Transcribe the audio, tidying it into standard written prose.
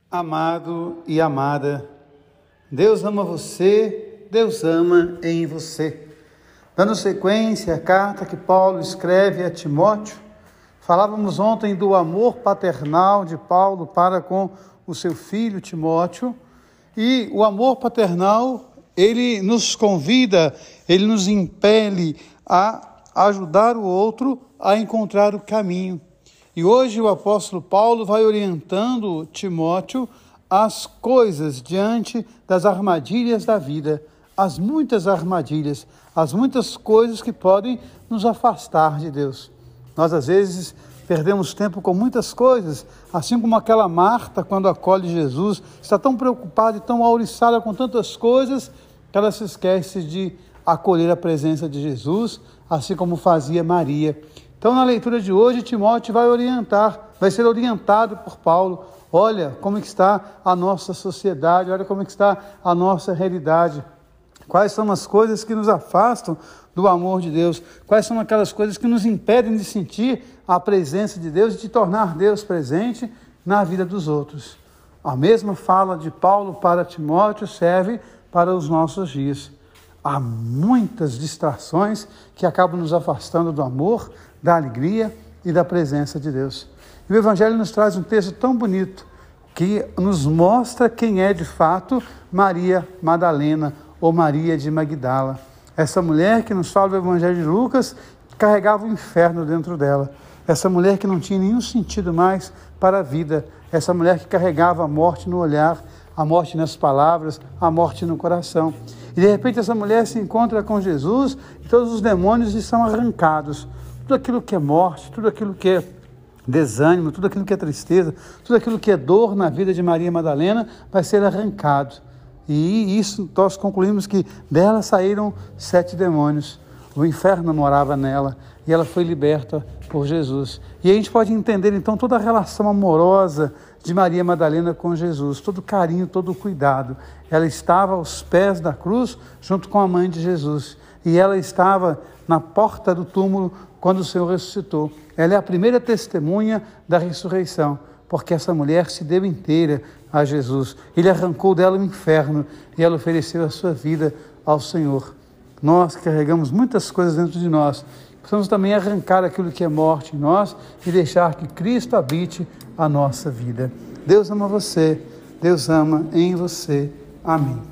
Amado e amada, Deus ama você, Deus ama em você. Dando sequência à carta que Paulo escreve a Timóteo, falávamos ontem do amor paternal de Paulo para com o seu filho Timóteo, e o amor paternal, ele nos convida, ele nos impele a ajudar o outro a encontrar o caminho. E hoje o apóstolo Paulo vai orientando Timóteo as coisas diante das armadilhas da vida, as muitas armadilhas, as muitas coisas que podem nos afastar de Deus. Nós às vezes perdemos tempo com muitas coisas, assim como aquela Marta, quando acolhe Jesus, está tão preocupada e tão auriçada com tantas coisas, que ela se esquece de acolher a presença de Jesus, assim como fazia Maria. Então, na leitura de hoje, Timóteo vai ser orientado por Paulo. Olha como está a nossa sociedade, olha como está a nossa realidade. Quais são as coisas que nos afastam do amor de Deus? Quais são aquelas coisas que nos impedem de sentir a presença de Deus e de tornar Deus presente na vida dos outros? A mesma fala de Paulo para Timóteo serve para os nossos dias. Há muitas distrações que acabam nos afastando do amor, da alegria e da presença de Deus. E o Evangelho nos traz um texto tão bonito que nos mostra quem é de fato Maria Madalena ou Maria de Magdala. Essa mulher que nos fala do Evangelho de Lucas carregava o inferno dentro dela. Essa mulher que não tinha nenhum sentido mais para a vida. Essa mulher que carregava a morte no olhar, a morte nas palavras, a morte no coração. E de repente essa mulher se encontra com Jesus e todos os demônios lhe são arrancados. Tudo aquilo que é morte, tudo aquilo que é desânimo, tudo aquilo que é tristeza, tudo aquilo que é dor na vida de Maria Madalena vai ser arrancado. E isso nós concluímos que dela saíram 7 demônios. O inferno morava nela e ela foi liberta por Jesus. E a gente pode entender então toda a relação amorosa de Maria Madalena com Jesus, todo o carinho, todo o cuidado. Ela estava aos pés da cruz junto com a mãe de Jesus. E ela estava na porta do túmulo quando o Senhor ressuscitou. Ela é a primeira testemunha da ressurreição, porque essa mulher se deu inteira a Jesus. Ele arrancou dela o inferno e ela ofereceu a sua vida ao Senhor. Nós carregamos muitas coisas dentro de nós. Precisamos também arrancar aquilo que é morte em nós e deixar que Cristo habite a nossa vida. Deus ama você, Deus ama em você. Amém.